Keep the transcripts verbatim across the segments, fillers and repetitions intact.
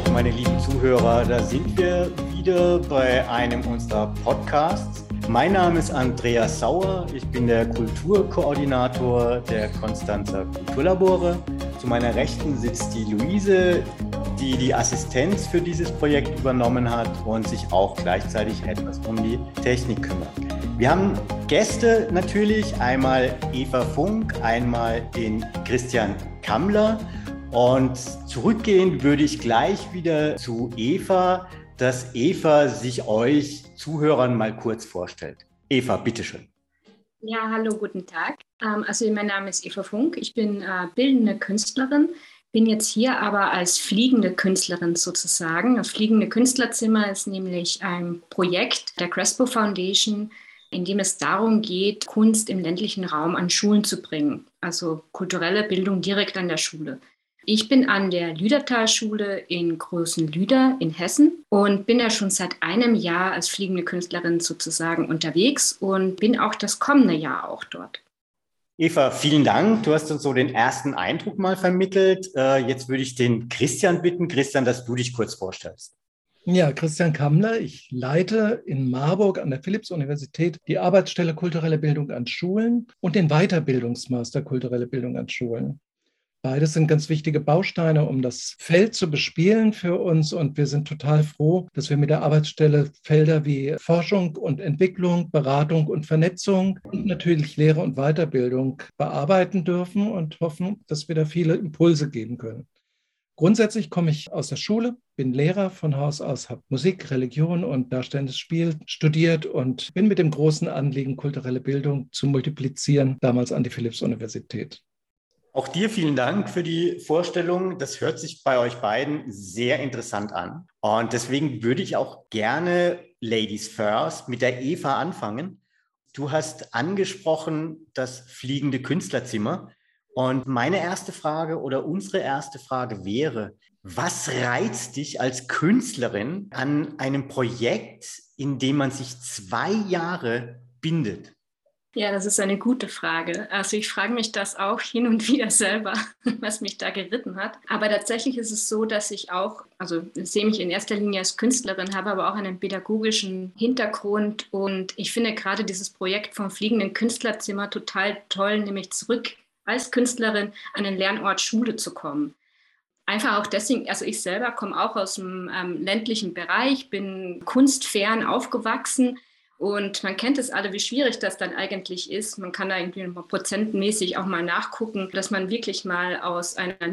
Meine lieben Zuhörer, da sind wir wieder bei einem unserer Podcasts. Mein Name ist Andreas Sauer, ich bin der Kulturkoordinator der Konstanzer Kulturlabore. Zu meiner Rechten sitzt die Luise, die die Assistenz für dieses Projekt übernommen hat und sich auch gleichzeitig etwas um die Technik kümmert. Wir haben Gäste natürlich, einmal Eva Funk, einmal den Christian Kammler. Und zurückgehend würde ich gleich wieder zu Eva, dass Eva sich euch Zuhörern mal kurz vorstellt. Eva, bitteschön. Ja, hallo, guten Tag. Also mein Name ist Eva Funk, ich bin bildende Künstlerin, bin jetzt hier aber als fliegende Künstlerin sozusagen. Das Fliegende Künstlerzimmer ist nämlich ein Projekt der Crespo Foundation, in dem es darum geht, Kunst im ländlichen Raum an Schulen zu bringen, also kulturelle Bildung direkt an der Schule. Ich bin an der Lüdertalschule in Größen-Lüder in Hessen und bin ja schon seit einem Jahr als fliegende Künstlerin sozusagen unterwegs und bin auch das kommende Jahr auch dort. Eva, vielen Dank. Du hast uns so den ersten Eindruck mal vermittelt. Jetzt würde ich den Christian bitten, Christian, dass du dich kurz vorstellst. Ja, Christian Kammler. Ich leite in Marburg an der Philipps-Universität die Arbeitsstelle Kulturelle Bildung an Schulen und den Weiterbildungsmaster Kulturelle Bildung an Schulen. Beides sind ganz wichtige Bausteine, um das Feld zu bespielen für uns. Und wir sind total froh, dass wir mit der Arbeitsstelle Felder wie Forschung und Entwicklung, Beratung und Vernetzung und natürlich Lehre und Weiterbildung bearbeiten dürfen und hoffen, dass wir da viele Impulse geben können. Grundsätzlich komme ich aus der Schule, bin Lehrer von Haus aus, habe Musik, Religion und darstellendes Spiel studiert und bin mit dem großen Anliegen, kulturelle Bildung zu multiplizieren, damals an die Philipps-Universität. Auch dir vielen Dank für die Vorstellung. Das hört sich bei euch beiden sehr interessant an. Und deswegen würde ich auch gerne Ladies First mit der Eva anfangen. Du hast angesprochen das fliegende Künstlerzimmer. Und meine erste Frage oder unsere erste Frage wäre, was reizt dich als Künstlerin an einem Projekt, in dem man sich zwei Jahre bindet? Ja, das ist eine gute Frage. Also ich frage mich das auch hin und wieder selber, was mich da geritten hat. Aber tatsächlich ist es so, dass ich auch, also ich sehe mich in erster Linie als Künstlerin, habe aber auch einen pädagogischen Hintergrund. Und ich finde gerade dieses Projekt vom fliegenden Künstlerzimmer total toll, nämlich zurück als Künstlerin an den Lernort Schule zu kommen. Einfach auch deswegen, also ich selber komme auch aus dem ähm, ländlichen Bereich, bin kunstfern aufgewachsen. Und man kennt es alle, wie schwierig das dann eigentlich ist. Man kann da irgendwie mal prozentmäßig auch mal nachgucken, dass man wirklich mal aus einer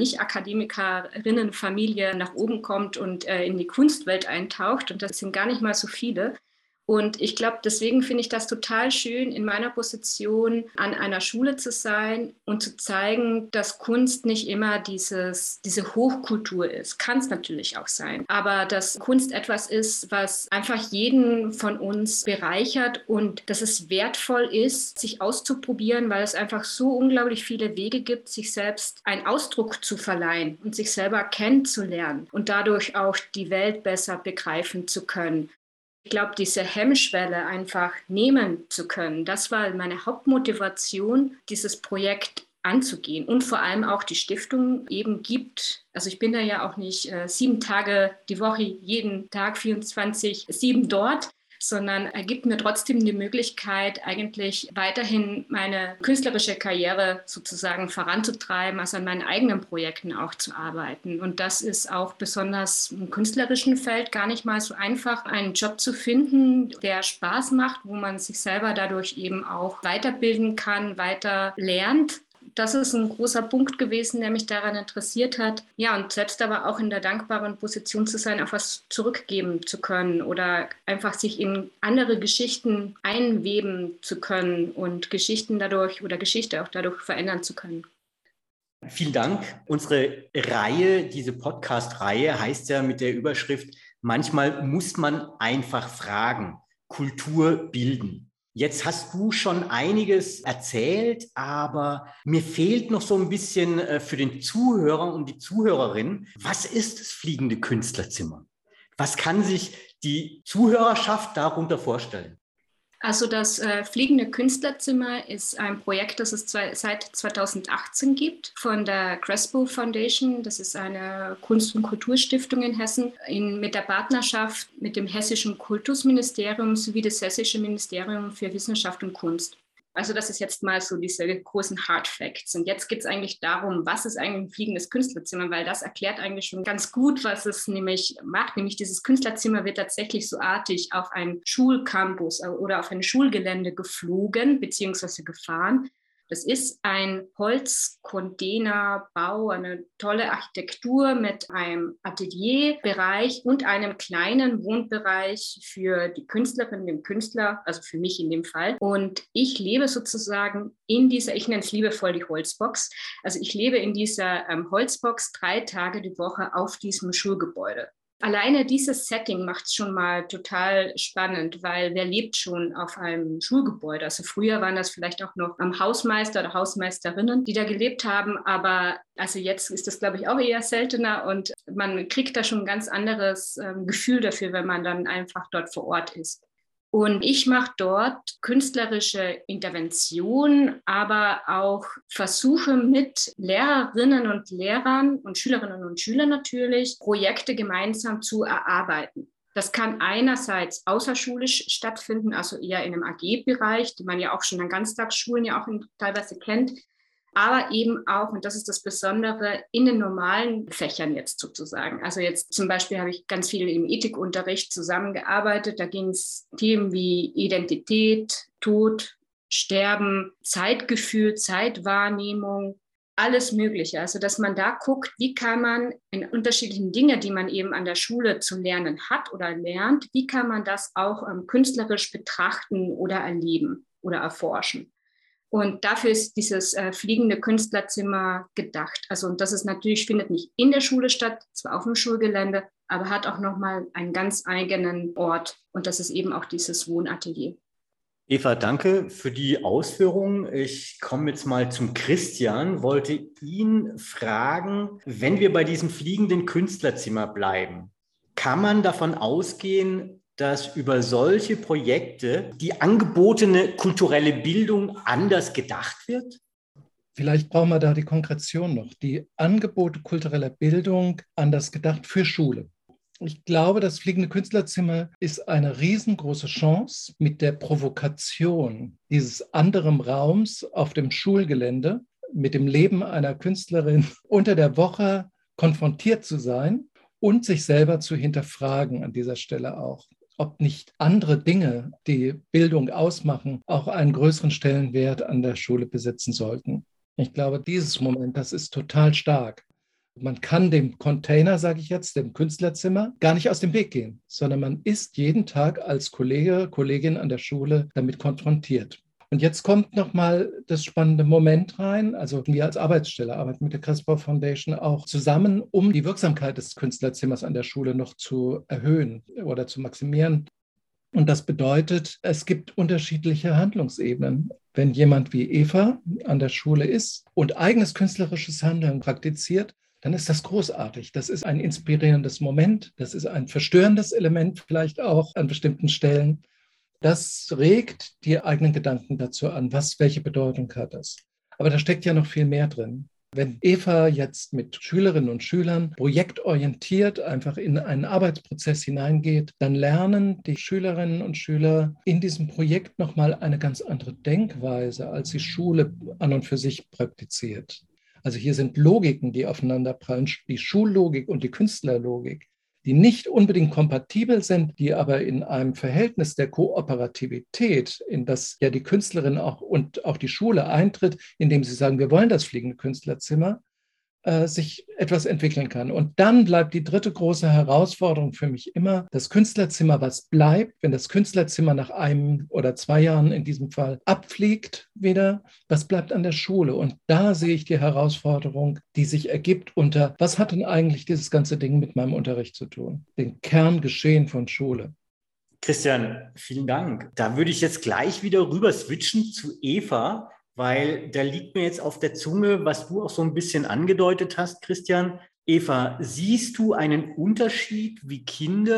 Nicht-Akademikerinnenfamilie nach oben kommt und äh, in die Kunstwelt eintaucht. Und das sind gar nicht mal so viele. Und ich glaube, deswegen finde ich das total schön, in meiner Position an einer Schule zu sein und zu zeigen, dass Kunst nicht immer dieses, diese Hochkultur ist. Kann es natürlich auch sein. Aber dass Kunst etwas ist, was einfach jeden von uns bereichert und dass es wertvoll ist, sich auszuprobieren, weil es einfach so unglaublich viele Wege gibt, sich selbst einen Ausdruck zu verleihen und sich selber kennenzulernen und dadurch auch die Welt besser begreifen zu können. Ich glaube, diese Hemmschwelle einfach nehmen zu können, das war meine Hauptmotivation, dieses Projekt anzugehen. Und vor allem auch die Stiftung eben gibt, also ich bin da ja auch nicht äh, sieben Tage die Woche, jeden Tag vierundzwanzig sieben dort, sondern er gibt mir trotzdem die Möglichkeit, eigentlich weiterhin meine künstlerische Karriere sozusagen voranzutreiben, also an meinen eigenen Projekten auch zu arbeiten. Und das ist auch besonders im künstlerischen Feld gar nicht mal so einfach, einen Job zu finden, der Spaß macht, wo man sich selber dadurch eben auch weiterbilden kann, weiter lernt. Das ist ein großer Punkt gewesen, der mich daran interessiert hat. Ja, und selbst aber auch in der dankbaren Position zu sein, auch was zurückgeben zu können oder einfach sich in andere Geschichten einweben zu können und Geschichten dadurch oder Geschichte auch dadurch verändern zu können. Vielen Dank. Unsere Reihe, diese Podcast-Reihe heißt ja mit der Überschrift, manchmal muss man einfach fragen, Kultur bilden. Jetzt hast du schon einiges erzählt, aber mir fehlt noch so ein bisschen für den Zuhörer und die Zuhörerin, was ist das fliegende Künstlerzimmer? Was kann sich die Zuhörerschaft darunter vorstellen? Also das äh, Fliegende Künstlerzimmer ist ein Projekt, das es zwei, seit zweitausendachtzehn gibt von der Crespo Foundation. Das ist eine Kunst- und Kulturstiftung in Hessen in, mit der Partnerschaft mit dem Hessischen Kultusministerium sowie das Hessische Ministerium für Wissenschaft und Kunst. Also das ist jetzt mal so diese großen Hard Facts. Und jetzt geht es eigentlich darum, was ist eigentlich ein fliegendes Künstlerzimmer, weil das erklärt eigentlich schon ganz gut, was es nämlich macht. Nämlich dieses Künstlerzimmer wird tatsächlich so artig auf einen Schulcampus oder auf ein Schulgelände geflogen bzw. gefahren. Das ist ein Holzcontainerbau, eine tolle Architektur mit einem Atelierbereich und einem kleinen Wohnbereich für die Künstlerinnen und Künstler, also für mich in dem Fall. Und ich lebe sozusagen in dieser, ich nenne es liebevoll die Holzbox, also ich lebe in dieser ähm, Holzbox drei Tage die Woche auf diesem Schulgebäude. Alleine dieses Setting macht es schon mal total spannend, weil wer lebt schon auf einem Schulgebäude? Also früher waren das vielleicht auch noch am Hausmeister oder Hausmeisterinnen, die da gelebt haben, aber also jetzt ist das, glaube ich, auch eher seltener und man kriegt da schon ein ganz anderes ähm, Gefühl dafür, wenn man dann einfach dort vor Ort ist. Und ich mache dort künstlerische Intervention, aber auch Versuche mit Lehrerinnen und Lehrern und Schülerinnen und Schülern natürlich, Projekte gemeinsam zu erarbeiten. Das kann einerseits außerschulisch stattfinden, also eher in einem A G-Bereich, den man ja auch schon an Ganztagsschulen ja auch teilweise kennt, aber eben auch, und das ist das Besondere, in den normalen Fächern jetzt sozusagen. Also jetzt zum Beispiel habe ich ganz viel im Ethikunterricht zusammengearbeitet. Da ging es Themen wie Identität, Tod, Sterben, Zeitgefühl, Zeitwahrnehmung, alles Mögliche. Also dass man da guckt, wie kann man in unterschiedlichen Dingen, die man eben an der Schule zu lernen hat oder lernt, wie kann man das auch ähm, künstlerisch betrachten oder erleben oder erforschen. Und dafür ist dieses äh, fliegende Künstlerzimmer gedacht. Also und das ist natürlich, findet nicht in der Schule statt, zwar auf dem Schulgelände, aber hat auch nochmal einen ganz eigenen Ort. Und das ist eben auch dieses Wohnatelier. Eva, danke für die Ausführungen. Ich komme jetzt mal zum Christian, wollte ihn fragen, wenn wir bei diesem fliegenden Künstlerzimmer bleiben, kann man davon ausgehen, dass über solche Projekte die angebotene kulturelle Bildung anders gedacht wird? Vielleicht brauchen wir da die Konkretion noch. Die Angebote kultureller Bildung anders gedacht für Schule. Ich glaube, das fliegende Künstlerzimmer ist eine riesengroße Chance, mit der Provokation dieses anderen Raums auf dem Schulgelände, mit dem Leben einer Künstlerin unter der Woche konfrontiert zu sein und sich selber zu hinterfragen an dieser Stelle auch. Ob nicht andere Dinge, die Bildung ausmachen, auch einen größeren Stellenwert an der Schule besitzen sollten. Ich glaube, dieses Moment, das ist total stark. Man kann dem Container, sage ich jetzt, dem Künstlerzimmer, gar nicht aus dem Weg gehen, sondern man ist jeden Tag als Kollege, Kollegin an der Schule damit konfrontiert. Und jetzt kommt nochmal das spannende Moment rein. Also wir als Arbeitsstelle arbeiten mit der Crespo Foundation auch zusammen, um die Wirksamkeit des Künstlerzimmers an der Schule noch zu erhöhen oder zu maximieren. Und das bedeutet, es gibt unterschiedliche Handlungsebenen. Wenn jemand wie Eva an der Schule ist und eigenes künstlerisches Handeln praktiziert, dann ist das großartig. Das ist ein inspirierendes Moment. Das ist ein verstörendes Element vielleicht auch an bestimmten Stellen. Das regt die eigenen Gedanken dazu an, was, welche Bedeutung hat das. Aber da steckt ja noch viel mehr drin. Wenn Eva jetzt mit Schülerinnen und Schülern projektorientiert einfach in einen Arbeitsprozess hineingeht, dann lernen die Schülerinnen und Schüler in diesem Projekt nochmal eine ganz andere Denkweise, als die Schule an und für sich praktiziert. Also hier sind Logiken, die aufeinanderprallen, die Schullogik und die Künstlerlogik, die nicht unbedingt kompatibel sind, die aber in einem Verhältnis der Kooperativität, in das ja die Künstlerin auch und auch die Schule eintritt, indem sie sagen, wir wollen das fliegende Künstlerzimmer, äh, sich etwas entwickeln kann. Und dann bleibt die dritte große Herausforderung für mich immer, das Künstlerzimmer, was bleibt, wenn das Künstlerzimmer nach einem oder zwei Jahren in diesem Fall abfliegt wieder, was bleibt an der Schule? Und da sehe ich die Herausforderung, die sich ergibt unter, was hat denn eigentlich dieses ganze Ding mit meinem Unterricht zu tun? Den Kerngeschehen von Schule. Christian, vielen Dank. Da würde ich jetzt gleich wieder rüber switchen zu Eva, weil da liegt mir jetzt auf der Zunge, was du auch so ein bisschen angedeutet hast, Christian. Eva, siehst du einen Unterschied, wie Kinder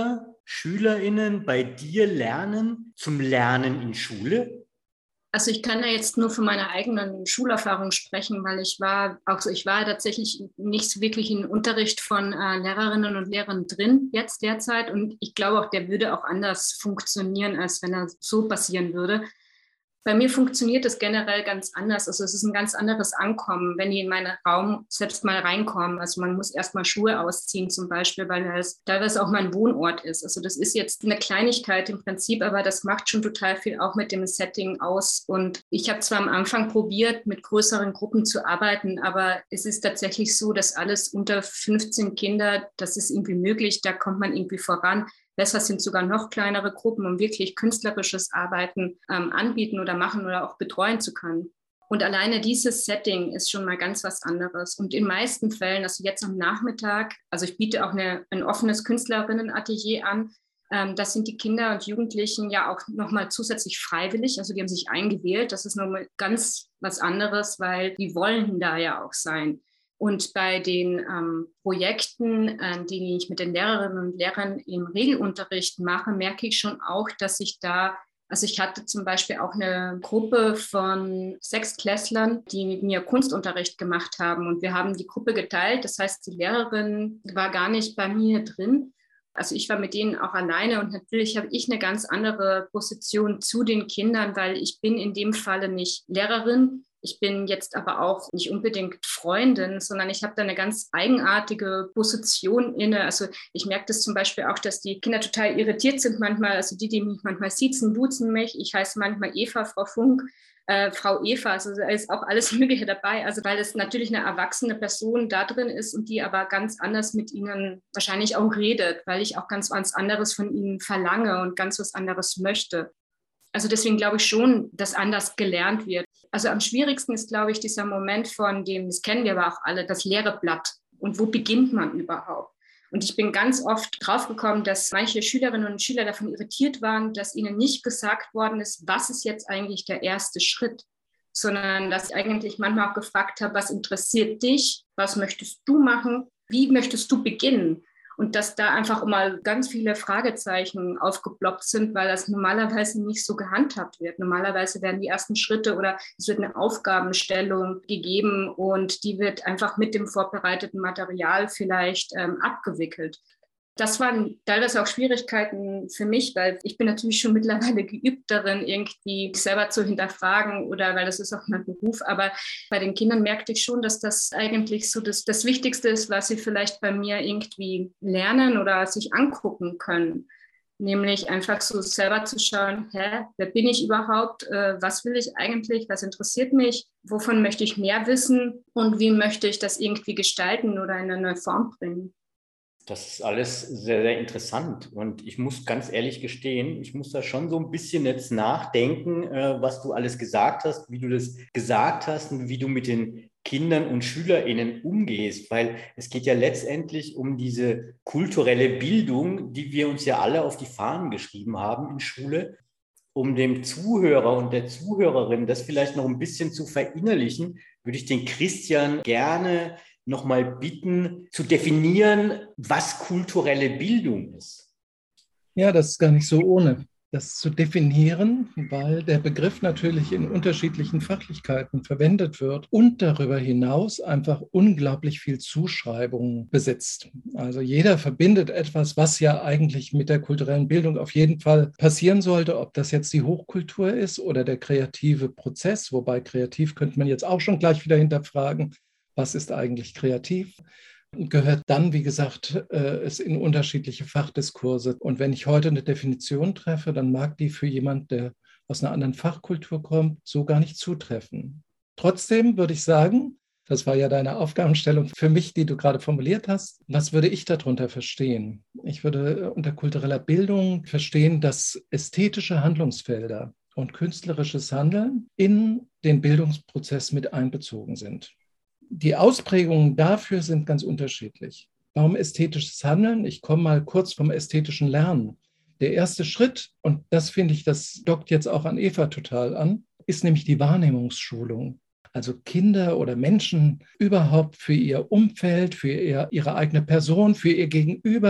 SchülerInnen bei dir lernen zum Lernen in Schule? Also ich kann da jetzt nur von meiner eigenen Schulerfahrung sprechen, weil ich war auch so, ich war tatsächlich nicht so wirklich im Unterricht von äh, Lehrerinnen und Lehrern drin jetzt derzeit, und ich glaube auch, der würde auch anders funktionieren, als wenn er so passieren würde. Bei mir funktioniert das generell ganz anders. Also es ist ein ganz anderes Ankommen, wenn die in meinen Raum selbst mal reinkommen. Also man muss erst mal Schuhe ausziehen zum Beispiel, weil das teilweise auch mein Wohnort ist. Also das ist jetzt eine Kleinigkeit im Prinzip, aber das macht schon total viel auch mit dem Setting aus. Und ich habe zwar am Anfang probiert, mit größeren Gruppen zu arbeiten, aber es ist tatsächlich so, dass alles unter fünfzehn Kinder, das ist irgendwie möglich, da kommt man irgendwie voran. Besser sind sogar noch kleinere Gruppen, um wirklich künstlerisches Arbeiten ähm, anbieten oder machen oder auch betreuen zu können. Und alleine dieses Setting ist schon mal ganz was anderes. Und in meisten Fällen, also jetzt am Nachmittag, also ich biete auch eine, ein offenes Künstlerinnenatelier an, ähm, das sind die Kinder und Jugendlichen ja auch nochmal zusätzlich freiwillig, also die haben sich eingewählt. Das ist nochmal ganz was anderes, weil die wollen da ja auch sein. Und bei den ähm, Projekten, äh, die ich mit den Lehrerinnen und Lehrern im Regelunterricht mache, merke ich schon auch, dass ich da, also ich hatte zum Beispiel auch eine Gruppe von Sechstklässlern, die mit mir Kunstunterricht gemacht haben. Und wir haben die Gruppe geteilt. Das heißt, die Lehrerin war gar nicht bei mir drin. Also ich war mit denen auch alleine, und natürlich habe ich eine ganz andere Position zu den Kindern, weil ich bin in dem Falle nicht Lehrerin. Ich bin jetzt aber auch nicht unbedingt Freundin, sondern ich habe da eine ganz eigenartige Position inne. Also ich merke das zum Beispiel auch, dass die Kinder total irritiert sind manchmal. Also die, die mich manchmal siezen, duzen mich. Ich heiße manchmal Eva, Frau Funk, äh, Frau Eva. Also da ist auch alles Mögliche dabei. Also weil es natürlich eine erwachsene Person da drin ist und die aber ganz anders mit ihnen wahrscheinlich auch redet, weil ich auch ganz was anderes von ihnen verlange und ganz was anderes möchte. Also deswegen glaube ich schon, dass anders gelernt wird. Also am schwierigsten ist, glaube ich, dieser Moment von dem, das kennen wir aber auch alle, das leere Blatt. Und wo beginnt man überhaupt? Und ich bin ganz oft draufgekommen, dass manche Schülerinnen und Schüler davon irritiert waren, dass ihnen nicht gesagt worden ist, was ist jetzt eigentlich der erste Schritt, sondern dass ich eigentlich manchmal auch gefragt habe, was interessiert dich, was möchtest du machen, wie möchtest du beginnen? Und dass da einfach immer ganz viele Fragezeichen aufgeploppt sind, weil das normalerweise nicht so gehandhabt wird. Normalerweise werden die ersten Schritte oder es wird eine Aufgabenstellung gegeben und die wird einfach mit dem vorbereiteten Material vielleicht ähm, abgewickelt. Das waren teilweise auch Schwierigkeiten für mich, weil ich bin natürlich schon mittlerweile geübt darin, irgendwie selber zu hinterfragen, oder weil das ist auch mein Beruf. Aber bei den Kindern merkte ich schon, dass das eigentlich so das, das Wichtigste ist, was sie vielleicht bei mir irgendwie lernen oder sich angucken können. Nämlich einfach so selber zu schauen, hä, wer bin ich überhaupt, äh, was will ich eigentlich, was interessiert mich, wovon möchte ich mehr wissen und wie möchte ich das irgendwie gestalten oder in eine neue Form bringen. Das ist alles sehr, sehr interessant, und ich muss ganz ehrlich gestehen, ich muss da schon so ein bisschen jetzt nachdenken, was du alles gesagt hast, wie du das gesagt hast und wie du mit den Kindern und SchülerInnen umgehst, weil es geht ja letztendlich um diese kulturelle Bildung, die wir uns ja alle auf die Fahnen geschrieben haben in Schule, um dem Zuhörer und der Zuhörerin das vielleicht noch ein bisschen zu verinnerlichen, würde ich den Christian gerne nochmal bitten, zu definieren, was kulturelle Bildung ist. Ja, das ist gar nicht so ohne, das zu definieren, weil der Begriff natürlich in unterschiedlichen Fachlichkeiten verwendet wird und darüber hinaus einfach unglaublich viel Zuschreibung besitzt. Also jeder verbindet etwas, was ja eigentlich mit der kulturellen Bildung auf jeden Fall passieren sollte, ob das jetzt die Hochkultur ist oder der kreative Prozess, wobei kreativ könnte man jetzt auch schon gleich wieder hinterfragen. Was ist eigentlich kreativ? Gehört dann, wie gesagt, es in unterschiedliche Fachdiskurse. Und wenn ich heute eine Definition treffe, dann mag die für jemanden, der aus einer anderen Fachkultur kommt, so gar nicht zutreffen. Trotzdem würde ich sagen, das war ja deine Aufgabenstellung für mich, die du gerade formuliert hast, was würde ich darunter verstehen? Ich würde unter kultureller Bildung verstehen, dass ästhetische Handlungsfelder und künstlerisches Handeln in den Bildungsprozess mit einbezogen sind. Die Ausprägungen dafür sind ganz unterschiedlich. Warum ästhetisches Handeln? Ich komme mal kurz vom ästhetischen Lernen. Der erste Schritt, und das finde ich, das dockt jetzt auch an Eva total an, ist nämlich die Wahrnehmungsschulung. Also Kinder oder Menschen überhaupt für ihr Umfeld, für ihr, ihre eigene Person, für ihr Gegenüber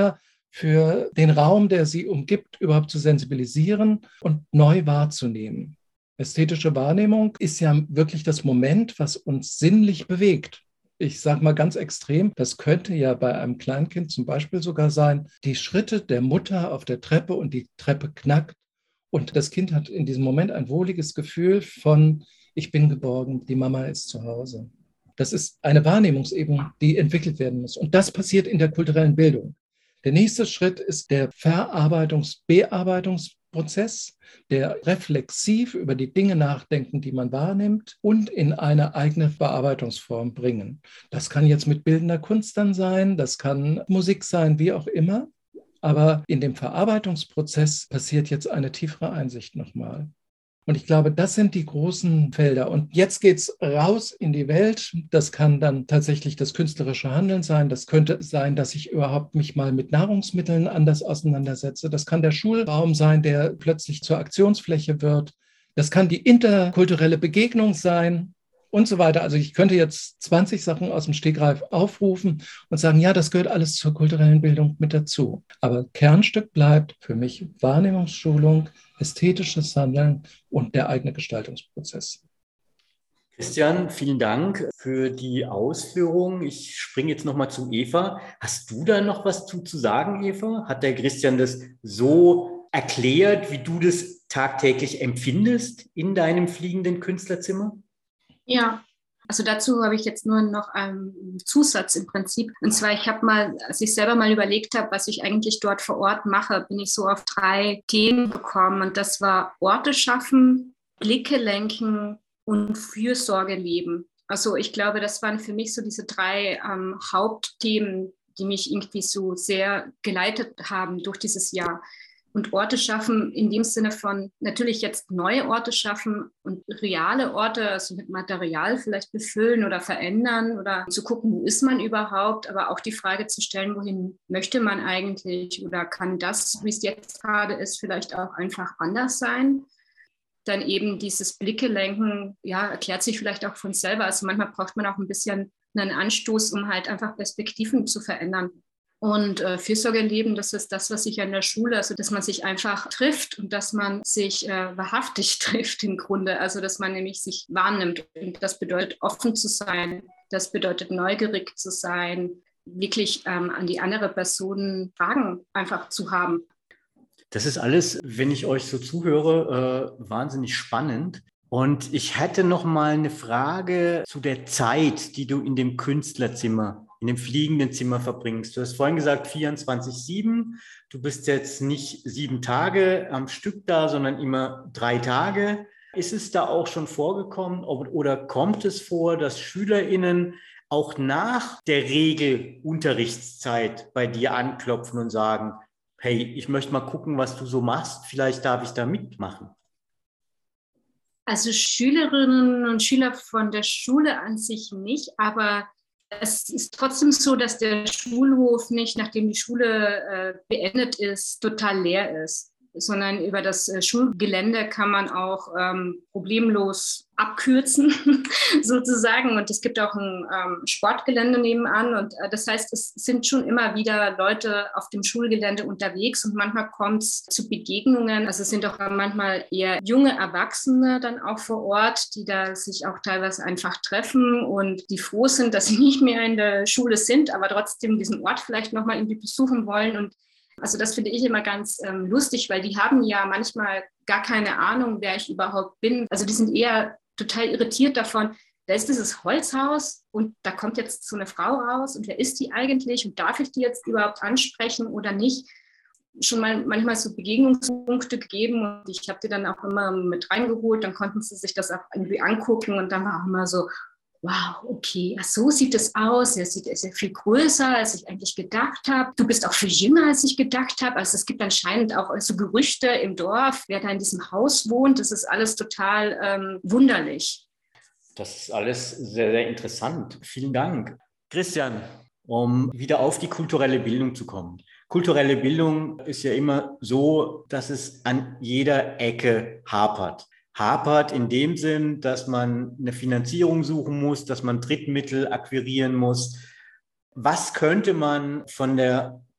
für den Raum, der sie umgibt, überhaupt zu sensibilisieren und neu wahrzunehmen. Ästhetische Wahrnehmung ist ja wirklich das Moment, was uns sinnlich bewegt. Ich sage mal ganz extrem, das könnte ja bei einem Kleinkind zum Beispiel sogar sein, die Schritte der Mutter auf der Treppe und die Treppe knackt und das Kind hat in diesem Moment ein wohliges Gefühl von, ich bin geborgen, die Mama ist zu Hause. Das ist eine Wahrnehmungsebene, die entwickelt werden muss. Und das passiert in der kulturellen Bildung. Der nächste Schritt ist der Verarbeitungs-, Bearbeitungsprozess, der reflexiv über die Dinge nachdenken, die man wahrnimmt und in eine eigene Bearbeitungsform bringen. Das kann jetzt mit bildender Kunst dann sein, das kann Musik sein, wie auch immer. Aber in dem Verarbeitungsprozess passiert jetzt eine tiefere Einsicht nochmal. Und ich glaube, das sind die großen Felder. Und jetzt geht es raus in die Welt. Das kann dann tatsächlich das künstlerische Handeln sein. Das könnte sein, dass ich überhaupt mich mal mit Nahrungsmitteln anders auseinandersetze. Das kann der Schulraum sein, der plötzlich zur Aktionsfläche wird. Das kann die interkulturelle Begegnung sein und so weiter. Also ich könnte jetzt zwanzig Sachen aus dem Stegreif aufrufen und sagen, ja, das gehört alles zur kulturellen Bildung mit dazu. Aber Kernstück bleibt für mich Wahrnehmungsschulung, ästhetisches Handeln und der eigene Gestaltungsprozess. Christian, vielen Dank für die Ausführungen. Ich springe jetzt nochmal zu Eva. Hast du da noch was zu, zu sagen, Eva? Hat der Christian das so erklärt, wie du das tagtäglich empfindest in deinem fliegenden Künstlerzimmer? Ja, also dazu habe ich jetzt nur noch einen Zusatz im Prinzip. Und zwar, ich habe mal, als ich selber mal überlegt habe, was ich eigentlich dort vor Ort mache, bin ich so auf drei Themen gekommen. Und das war Orte schaffen, Blicke lenken und Fürsorge leben. Also ich glaube, das waren für mich so diese drei ähm, Hauptthemen, die mich irgendwie so sehr geleitet haben durch dieses Jahr. Und Orte schaffen in dem Sinne von natürlich jetzt neue Orte schaffen und reale Orte, also mit Material vielleicht befüllen oder verändern oder zu gucken, wo ist man überhaupt, aber auch die Frage zu stellen, wohin möchte man eigentlich oder kann das, wie es jetzt gerade ist, vielleicht auch einfach anders sein. Dann eben dieses Blicke lenken, ja, erklärt sich vielleicht auch von selber. Also manchmal braucht man auch ein bisschen einen Anstoß, um halt einfach Perspektiven zu verändern. Und äh, Fürsorge leben, das ist das, was ich an der Schule, also dass man sich einfach trifft und dass man sich äh, wahrhaftig trifft im Grunde, also dass man nämlich sich wahrnimmt. Und das bedeutet offen zu sein, das bedeutet neugierig zu sein, wirklich ähm, an die andere Person Fragen einfach zu haben. Das ist alles, wenn ich euch so zuhöre, äh, wahnsinnig spannend. Und ich hätte noch mal eine Frage zu der Zeit, die du in dem Künstlerzimmer, in dem fliegenden Zimmer verbringst. Du hast vorhin gesagt vierundzwanzig sieben. Du bist jetzt nicht sieben Tage am Stück da, sondern immer drei Tage. Ist es da auch schon vorgekommen oder kommt es vor, dass SchülerInnen auch nach der Regelunterrichtszeit bei dir anklopfen und sagen, hey, ich möchte mal gucken, was du so machst, vielleicht darf ich da mitmachen? Also Schülerinnen und Schüler von der Schule an sich nicht, aber es ist trotzdem so, dass der Schulhof nicht, nachdem die Schule äh, beendet ist, total leer ist, sondern über das äh, Schulgelände kann man auch ähm, problemlos abkürzen, sozusagen. Und es gibt auch ein ähm, Sportgelände nebenan. Und äh, das heißt, es sind schon immer wieder Leute auf dem Schulgelände unterwegs und manchmal kommt es zu Begegnungen. Also es sind auch manchmal eher junge Erwachsene dann auch vor Ort, die da sich auch teilweise einfach treffen und die froh sind, dass sie nicht mehr in der Schule sind, aber trotzdem diesen Ort vielleicht nochmal irgendwie besuchen wollen. Und also das finde ich immer ganz ähm, lustig, weil die haben ja manchmal gar keine Ahnung, wer ich überhaupt bin. Also die sind eher total irritiert davon, da ist dieses Holzhaus und da kommt jetzt so eine Frau raus und wer ist die eigentlich und darf ich die jetzt überhaupt ansprechen oder nicht? Schon mal manchmal so Begegnungspunkte gegeben und ich habe die dann auch immer mit reingeholt, dann konnten sie sich das auch irgendwie angucken und dann war auch immer so, wow, okay, so sieht es aus. Er sieht, er ist ja viel größer, als ich eigentlich gedacht habe. Du bist auch viel jünger, als ich gedacht habe. Also es gibt anscheinend auch so Gerüchte im Dorf, wer da in diesem Haus wohnt. Das ist alles total ähm, wunderlich. Das ist alles sehr, sehr interessant. Vielen Dank. Christian, um wieder auf die kulturelle Bildung zu kommen. Kulturelle Bildung ist ja immer so, dass es an jeder Ecke hapert. Hapert in dem Sinn, dass man eine Finanzierung suchen muss, dass man Drittmittel akquirieren muss. Was könnte man von der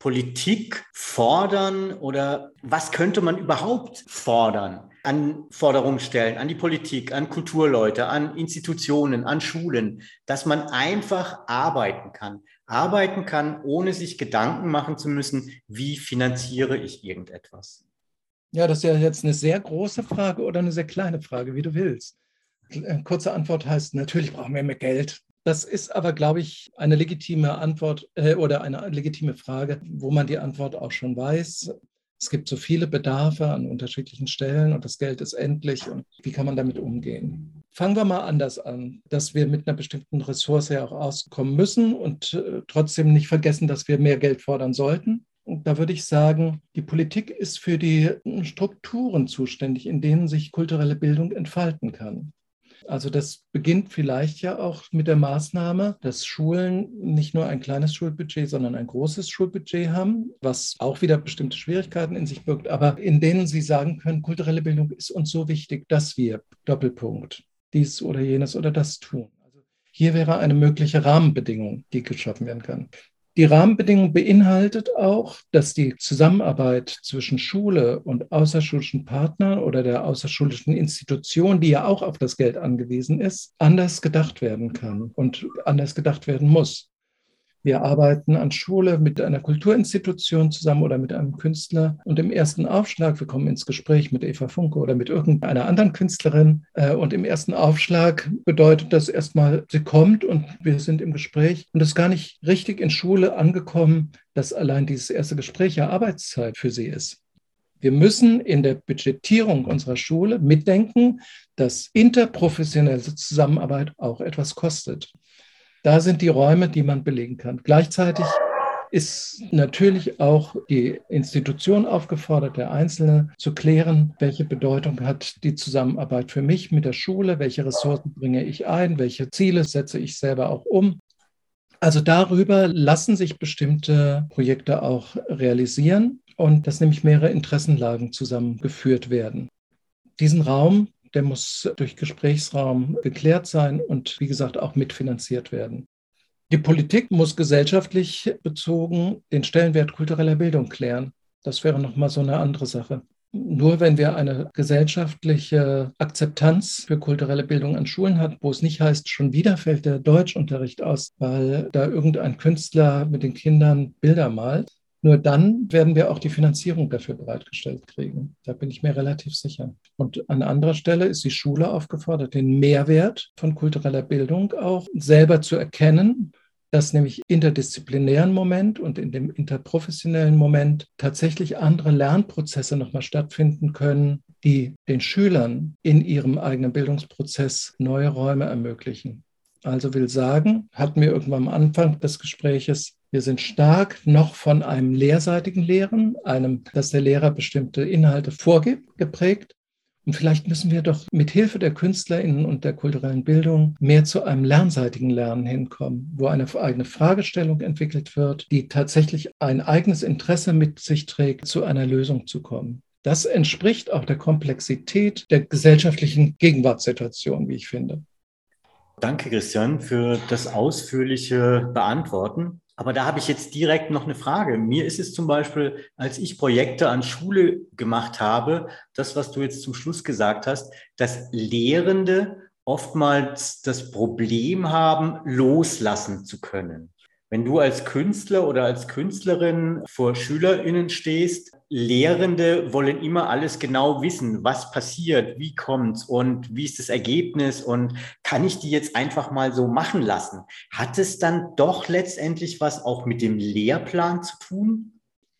Politik fordern oder was könnte man überhaupt fordern? An Forderungen stellen, an die Politik, an Kulturleute, an Institutionen, an Schulen, dass man einfach arbeiten kann. Arbeiten kann, ohne sich Gedanken machen zu müssen, wie finanziere ich irgendetwas? Ja, das ist ja jetzt eine sehr große Frage oder eine sehr kleine Frage, wie du willst. Kurze Antwort heißt, natürlich brauchen wir mehr Geld. Das ist aber, glaube ich, eine legitime Antwort äh, oder eine legitime Frage, wo man die Antwort auch schon weiß. Es gibt so viele Bedarfe an unterschiedlichen Stellen und das Geld ist endlich. Und wie kann man damit umgehen? Fangen wir mal anders an, dass wir mit einer bestimmten Ressource ja auch auskommen müssen und äh, trotzdem nicht vergessen, dass wir mehr Geld fordern sollten. Und da würde ich sagen, die Politik ist für die Strukturen zuständig, in denen sich kulturelle Bildung entfalten kann. Also das beginnt vielleicht ja auch mit der Maßnahme, dass Schulen nicht nur ein kleines Schulbudget, sondern ein großes Schulbudget haben, was auch wieder bestimmte Schwierigkeiten in sich birgt, aber in denen sie sagen können, kulturelle Bildung ist uns so wichtig, dass wir, Doppelpunkt, dies oder jenes oder das tun. Also hier wäre eine mögliche Rahmenbedingung, die geschaffen werden kann. Die Rahmenbedingung beinhaltet auch, dass die Zusammenarbeit zwischen Schule und außerschulischen Partnern oder der außerschulischen Institution, die ja auch auf das Geld angewiesen ist, anders gedacht werden kann und anders gedacht werden muss. Wir arbeiten an Schule mit einer Kulturinstitution zusammen oder mit einem Künstler und im ersten Aufschlag, wir kommen ins Gespräch mit Eva Funke oder mit irgendeiner anderen Künstlerin und im ersten Aufschlag bedeutet das erstmal, sie kommt und wir sind im Gespräch und es ist gar nicht richtig in Schule angekommen, dass allein dieses erste Gespräch ja Arbeitszeit für sie ist. Wir müssen in der Budgetierung unserer Schule mitdenken, dass interprofessionelle Zusammenarbeit auch etwas kostet. Da sind die Räume, die man belegen kann. Gleichzeitig ist natürlich auch die Institution aufgefordert, der Einzelne, zu klären, welche Bedeutung hat die Zusammenarbeit für mich mit der Schule, welche Ressourcen bringe ich ein, welche Ziele setze ich selber auch um. Also darüber lassen sich bestimmte Projekte auch realisieren und dass nämlich mehrere Interessenlagen zusammengeführt werden. Diesen Raum, der muss durch Gesprächsraum geklärt sein und, wie gesagt, auch mitfinanziert werden. Die Politik muss gesellschaftlich bezogen den Stellenwert kultureller Bildung klären. Das wäre nochmal so eine andere Sache. Nur wenn wir eine gesellschaftliche Akzeptanz für kulturelle Bildung an Schulen haben, wo es nicht heißt, schon wieder fällt der Deutschunterricht aus, weil da irgendein Künstler mit den Kindern Bilder malt, nur dann werden wir auch die Finanzierung dafür bereitgestellt kriegen. Da bin ich mir relativ sicher. Und an anderer Stelle ist die Schule aufgefordert, den Mehrwert von kultureller Bildung auch selber zu erkennen, dass nämlich im interdisziplinären Moment und in dem interprofessionellen Moment tatsächlich andere Lernprozesse nochmal stattfinden können, die den Schülern in ihrem eigenen Bildungsprozess neue Räume ermöglichen. Also will sagen, hatten wir irgendwann am Anfang des Gespräches, wir sind stark noch von einem lehrseitigen Lehren, einem, dass der Lehrer bestimmte Inhalte vorgibt, geprägt. Und vielleicht müssen wir doch mit Hilfe der KünstlerInnen und der kulturellen Bildung mehr zu einem lernseitigen Lernen hinkommen, wo eine eigene Fragestellung entwickelt wird, die tatsächlich ein eigenes Interesse mit sich trägt, zu einer Lösung zu kommen. Das entspricht auch der Komplexität der gesellschaftlichen Gegenwartssituation, wie ich finde. Danke, Christian, für das ausführliche Beantworten. Aber da habe ich jetzt direkt noch eine Frage. Mir ist es zum Beispiel, als ich Projekte an Schule gemacht habe, das, was du jetzt zum Schluss gesagt hast, dass Lehrende oftmals das Problem haben, loslassen zu können. Wenn du als Künstler oder als Künstlerin vor SchülerInnen stehst, Lehrende wollen immer alles genau wissen, was passiert, wie kommt's und wie ist das Ergebnis und kann ich die jetzt einfach mal so machen lassen? Hat es dann doch letztendlich was auch mit dem Lehrplan zu tun?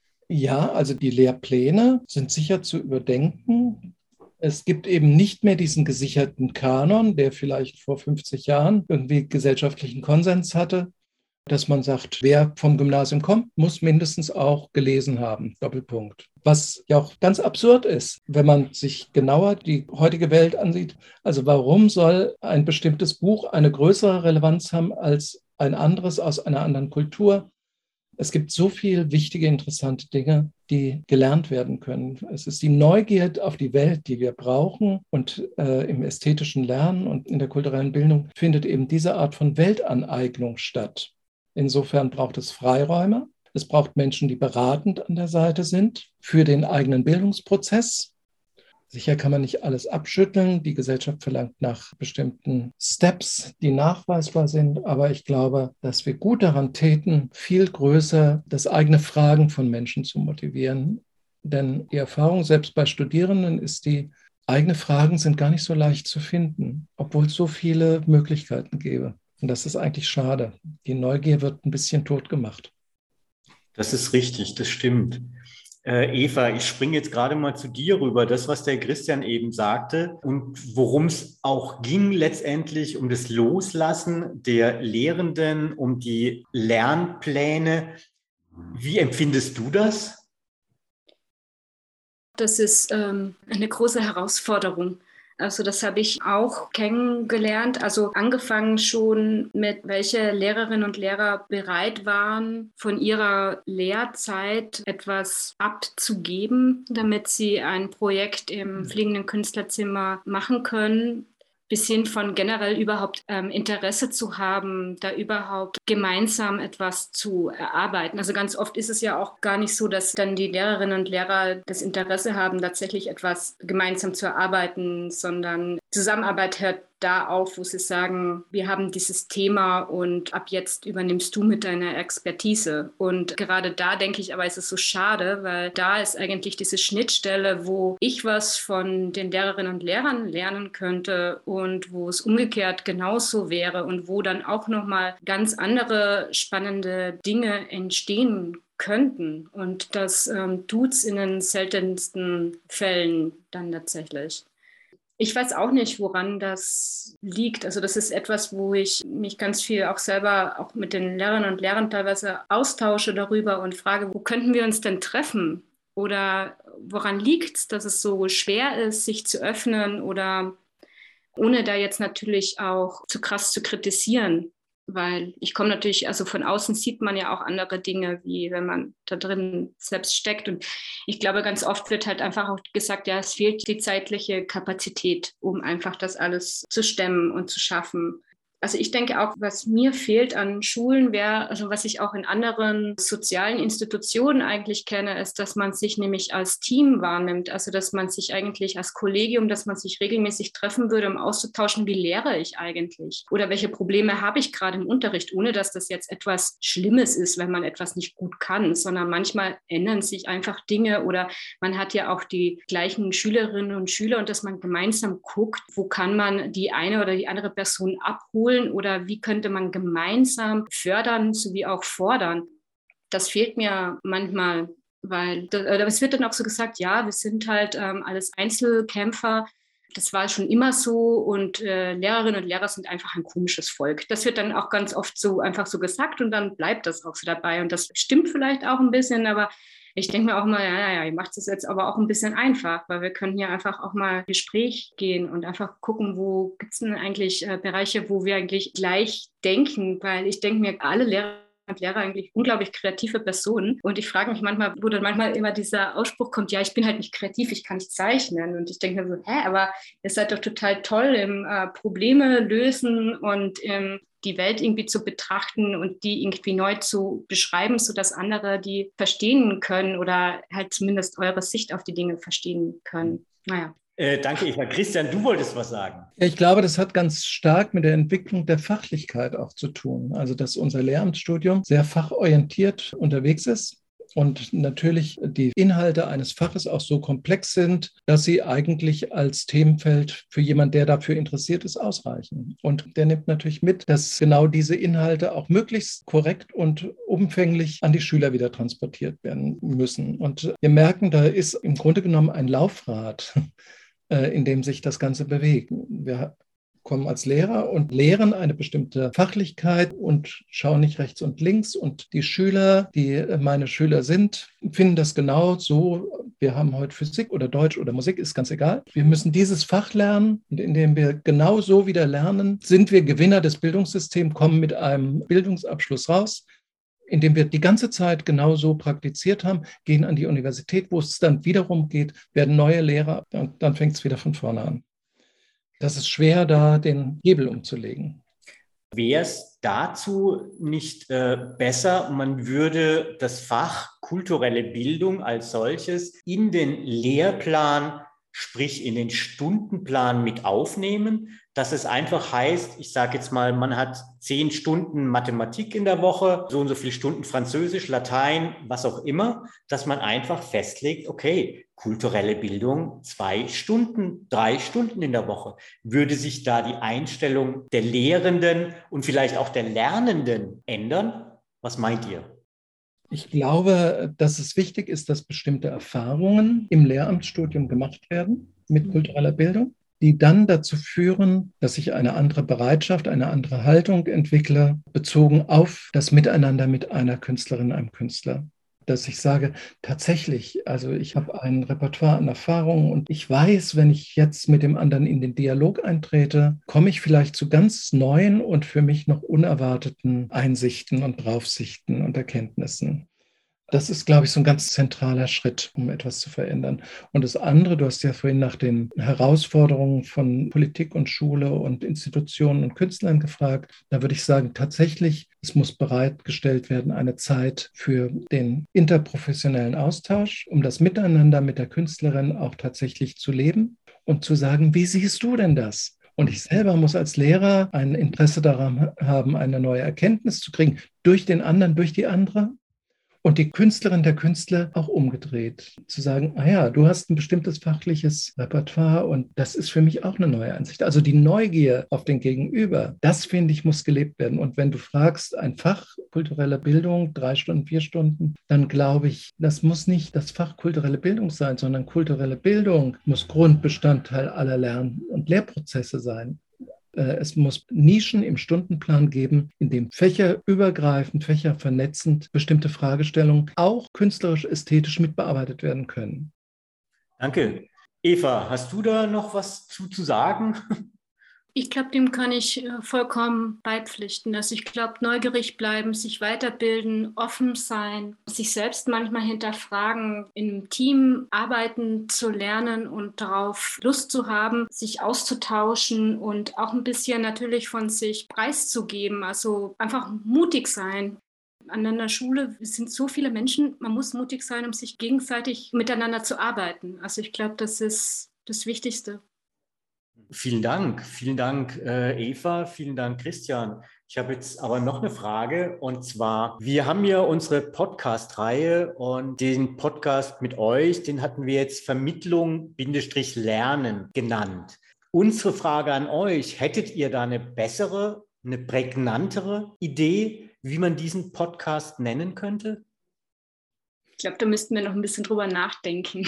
Ja, also die Lehrpläne sind sicher zu überdenken. Es gibt eben nicht mehr diesen gesicherten Kanon, der vielleicht vor fünfzig Jahren irgendwie gesellschaftlichen Konsens hatte, dass man sagt, wer vom Gymnasium kommt, muss mindestens auch gelesen haben, Doppelpunkt. Was ja auch ganz absurd ist, wenn man sich genauer die heutige Welt ansieht. Also warum soll ein bestimmtes Buch eine größere Relevanz haben als ein anderes aus einer anderen Kultur? Es gibt so viele wichtige, interessante Dinge, die gelernt werden können. Es ist die Neugier auf die Welt, die wir brauchen. Und äh, im ästhetischen Lernen und in der kulturellen Bildung findet eben diese Art von Weltaneignung statt. Insofern braucht es Freiräume. Es braucht Menschen, die beratend an der Seite sind für den eigenen Bildungsprozess. Sicher kann man nicht alles abschütteln. Die Gesellschaft verlangt nach bestimmten Steps, die nachweisbar sind. Aber ich glaube, dass wir gut daran täten, viel größer das eigene Fragen von Menschen zu motivieren. Denn die Erfahrung, selbst bei Studierenden, ist die, eigene Fragen sind gar nicht so leicht zu finden, obwohl es so viele Möglichkeiten gäbe. Und das ist eigentlich schade. Die Neugier wird ein bisschen tot gemacht. Das ist richtig, das stimmt. Äh, Eva, ich springe jetzt gerade mal zu dir rüber, das, was der Christian eben sagte und worum es auch ging letztendlich, um das Loslassen der Lehrenden, um die Lernpläne. Wie empfindest du das? Das ist ähm, eine große Herausforderung. Also das habe ich auch kennengelernt. Also angefangen schon mit, welche Lehrerinnen und Lehrer bereit waren, von ihrer Lehrzeit etwas abzugeben, damit sie ein Projekt im Fliegenden Künstlerzimmer machen können, bis hin von generell überhaupt ähm, Interesse zu haben, da überhaupt gemeinsam etwas zu erarbeiten. Also ganz oft ist es ja auch gar nicht so, dass dann die Lehrerinnen und Lehrer das Interesse haben, tatsächlich etwas gemeinsam zu erarbeiten, sondern Zusammenarbeit hört da auf, wo sie sagen, wir haben dieses Thema und ab jetzt übernimmst du mit deiner Expertise. Und gerade da denke ich aber, ist es so schade, weil da ist eigentlich diese Schnittstelle, wo ich was von den Lehrerinnen und Lehrern lernen könnte und wo es umgekehrt genauso wäre und wo dann auch nochmal ganz andere spannende Dinge entstehen könnten. Und das ähm, tut es in den seltensten Fällen dann tatsächlich. Ich weiß auch nicht, woran das liegt. Also das ist etwas, wo ich mich ganz viel auch selber auch mit den Lehrerinnen und Lehrern teilweise austausche darüber und frage, wo könnten wir uns denn treffen? Oder woran liegt es, dass es so schwer ist, sich zu öffnen oder ohne da jetzt natürlich auch zu krass zu kritisieren? Weil ich komme natürlich, also von außen sieht man ja auch andere Dinge, wie wenn man da drin selbst steckt. Und ich glaube, ganz oft wird halt einfach auch gesagt, ja, es fehlt die zeitliche Kapazität, um einfach das alles zu stemmen und zu schaffen. Also ich denke auch, was mir fehlt an Schulen wäre, also was ich auch in anderen sozialen Institutionen eigentlich kenne, ist, dass man sich nämlich als Team wahrnimmt. Also dass man sich eigentlich als Kollegium, dass man sich regelmäßig treffen würde, um auszutauschen, wie lehre ich eigentlich? Oder welche Probleme habe ich gerade im Unterricht, ohne dass das jetzt etwas Schlimmes ist, wenn man etwas nicht gut kann, sondern manchmal ändern sich einfach Dinge oder man hat ja auch die gleichen Schülerinnen und Schüler und dass man gemeinsam guckt, wo kann man die eine oder die andere Person abholen oder wie könnte man gemeinsam fördern sowie auch fordern. Das fehlt mir manchmal, weil es wird dann auch so gesagt, ja, wir sind halt ähm, alles Einzelkämpfer. Das war schon immer so und äh, Lehrerinnen und Lehrer sind einfach ein komisches Volk. Das wird dann auch ganz oft so einfach so gesagt und dann bleibt das auch so dabei. Und das stimmt vielleicht auch ein bisschen, aber ich denke mir auch mal, ja, ja, ja, ihr macht es jetzt aber auch ein bisschen einfach, weil wir können hier einfach auch mal Gespräch gehen und einfach gucken, wo gibt es denn eigentlich äh, Bereiche, wo wir eigentlich gleich denken, weil ich denke mir, alle Lehrer und Lehrer eigentlich unglaublich kreative Personen und ich frage mich manchmal, wo dann manchmal immer dieser Ausspruch kommt, ja, ich bin halt nicht kreativ, ich kann nicht zeichnen und ich denke mir so, hä, aber ihr seid doch total toll im äh, Probleme lösen und im die Welt irgendwie zu betrachten und die irgendwie neu zu beschreiben, sodass andere die verstehen können oder halt zumindest eure Sicht auf die Dinge verstehen können. Naja. Äh, danke, Eva. Christian, du wolltest was sagen. Ich glaube, das hat ganz stark mit der Entwicklung der Fachlichkeit auch zu tun. Also, dass unser Lehramtsstudium sehr fachorientiert unterwegs ist. Und natürlich die Inhalte eines Faches auch so komplex sind, dass sie eigentlich als Themenfeld für jemanden, der dafür interessiert ist, ausreichen. Und der nimmt natürlich mit, dass genau diese Inhalte auch möglichst korrekt und umfänglich an die Schüler wieder transportiert werden müssen. Und wir merken, da ist im Grunde genommen ein Laufrad, in dem sich das Ganze bewegt. Wir kommen als Lehrer und lehren eine bestimmte Fachlichkeit und schauen nicht rechts und links. Und die Schüler, die meine Schüler sind, finden das genau so. Wir haben heute Physik oder Deutsch oder Musik, ist ganz egal. Wir müssen dieses Fach lernen und indem wir genau so wieder lernen, sind wir Gewinner des Bildungssystems, kommen mit einem Bildungsabschluss raus, indem wir die ganze Zeit genau so praktiziert haben, gehen an die Universität, wo es dann wiederum geht, werden neue Lehrer und dann fängt es wieder von vorne an. Das ist schwer, da den Hebel umzulegen. Wäre es dazu nicht äh, besser, man würde das Fach kulturelle Bildung als solches in den Lehrplan, sprich in den Stundenplan mit aufnehmen, dass es einfach heißt, ich sage jetzt mal, man hat zehn Stunden Mathematik in der Woche, so und so viele Stunden Französisch, Latein, was auch immer, dass man einfach festlegt, okay, kulturelle Bildung zwei Stunden, drei Stunden in der Woche. Würde sich da die Einstellung der Lehrenden und vielleicht auch der Lernenden ändern? Was meint ihr? Ich glaube, dass es wichtig ist, dass bestimmte Erfahrungen im Lehramtsstudium gemacht werden mit kultureller Bildung, die dann dazu führen, dass ich eine andere Bereitschaft, eine andere Haltung entwickle, bezogen auf das Miteinander mit einer Künstlerin, einem Künstler. Dass ich sage, tatsächlich, also ich habe ein Repertoire an Erfahrungen und ich weiß, wenn ich jetzt mit dem anderen in den Dialog eintrete, komme ich vielleicht zu ganz neuen und für mich noch unerwarteten Einsichten und Draufsichten und Erkenntnissen. Das ist, glaube ich, so ein ganz zentraler Schritt, um etwas zu verändern. Und das andere, du hast ja vorhin nach den Herausforderungen von Politik und Schule und Institutionen und Künstlern gefragt. Da würde ich sagen, tatsächlich, es muss bereitgestellt werden, eine Zeit für den interprofessionellen Austausch, um das Miteinander mit der Künstlerin auch tatsächlich zu leben und zu sagen, wie siehst du denn das? Und ich selber muss als Lehrer ein Interesse daran haben, eine neue Erkenntnis zu kriegen, durch den anderen, durch die andere. Und die Künstlerin, der Künstler auch umgedreht. Zu sagen, ah ja, du hast ein bestimmtes fachliches Repertoire und das ist für mich auch eine neue Ansicht. Also die Neugier auf den Gegenüber, das finde ich, muss gelebt werden. Und wenn du fragst, ein Fach kulturelle Bildung, drei Stunden, vier Stunden, dann glaube ich, das muss nicht das Fach kulturelle Bildung sein, sondern kulturelle Bildung muss Grundbestandteil aller Lern- und Lehrprozesse sein. Es muss Nischen im Stundenplan geben, in dem fächerübergreifend, fächervernetzend bestimmte Fragestellungen auch künstlerisch-ästhetisch mitbearbeitet werden können. Danke. Eva, hast du da noch was zu, zu sagen? Ich glaube, dem kann ich vollkommen beipflichten. Also ich glaube, neugierig bleiben, sich weiterbilden, offen sein, sich selbst manchmal hinterfragen, in einem Team arbeiten zu lernen und darauf Lust zu haben, sich auszutauschen und auch ein bisschen natürlich von sich preiszugeben. Also einfach mutig sein. An einer Schule sind so viele Menschen, man muss mutig sein, um sich gegenseitig miteinander zu arbeiten. Also ich glaube, das ist das Wichtigste. Vielen Dank, vielen Dank äh, Eva, vielen Dank Christian. Ich habe jetzt aber noch eine Frage und zwar, wir haben ja unsere Podcast-Reihe und den Podcast mit euch, den hatten wir jetzt Vermittlung-Lernen genannt. Unsere Frage an euch, hättet ihr da eine bessere, eine prägnantere Idee, wie man diesen Podcast nennen könnte? Ich glaube, da müssten wir noch ein bisschen drüber nachdenken.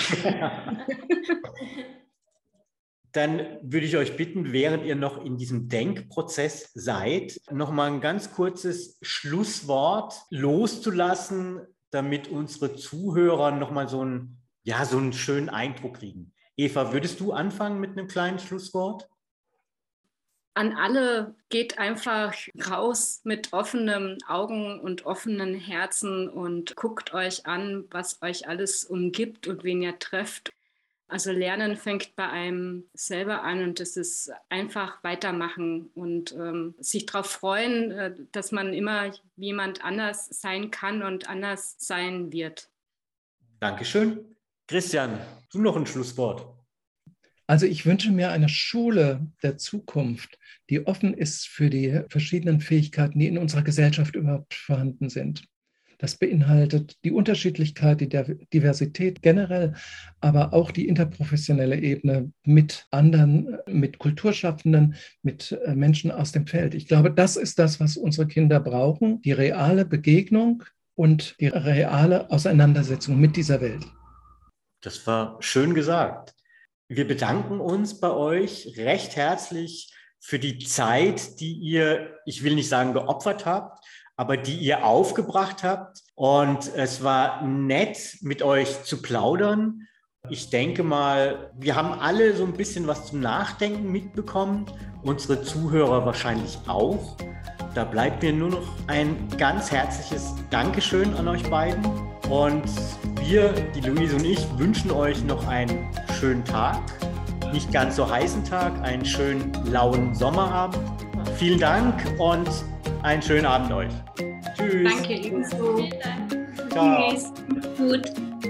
Dann würde ich euch bitten, während ihr noch in diesem Denkprozess seid, noch mal ein ganz kurzes Schlusswort loszulassen, damit unsere Zuhörer noch mal so einen, ja, so einen schönen Eindruck kriegen. Eva, würdest du anfangen mit einem kleinen Schlusswort? An alle, geht einfach raus mit offenen Augen und offenen Herzen und guckt euch an, was euch alles umgibt und wen ihr trefft. Also Lernen fängt bei einem selber an und das ist einfach weitermachen und ähm, sich darauf freuen, äh, dass man immer jemand anders sein kann und anders sein wird. Dankeschön. Christian, du noch ein Schlusswort. Also ich wünsche mir eine Schule der Zukunft, die offen ist für die verschiedenen Fähigkeiten, die in unserer Gesellschaft überhaupt vorhanden sind. Das beinhaltet die Unterschiedlichkeit, die Diversität generell, aber auch die interprofessionelle Ebene mit anderen, mit Kulturschaffenden, mit Menschen aus dem Feld. Ich glaube, das ist das, was unsere Kinder brauchen, die reale Begegnung und die reale Auseinandersetzung mit dieser Welt. Das war schön gesagt. Wir bedanken uns bei euch recht herzlich für die Zeit, die ihr, ich will nicht sagen geopfert habt, aber die ihr aufgebracht habt. Und es war nett, mit euch zu plaudern. Ich denke mal, wir haben alle so ein bisschen was zum Nachdenken mitbekommen. Unsere Zuhörer wahrscheinlich auch. Da bleibt mir nur noch ein ganz herzliches Dankeschön an euch beiden. Und wir, die Luise und ich, wünschen euch noch einen schönen Tag. Nicht ganz so heißen Tag, einen schönen lauen Sommerabend. vielen Dank und einen schönen Abend euch. Tschüss. Danke, ebenso. Vielen Dank. Ciao. Tschüss. Gut.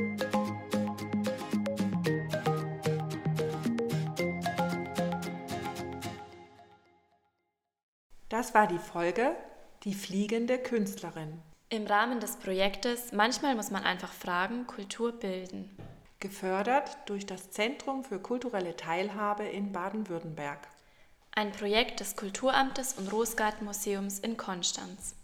Das war die Folge Die fliegende Künstlerin. Im Rahmen des Projektes Manchmal muss man einfach fragen, Kultur bilden. Gefördert durch das Zentrum für kulturelle Teilhabe in Baden-Württemberg. Ein Projekt des Kulturamtes und Rosgarten-Museums in Konstanz.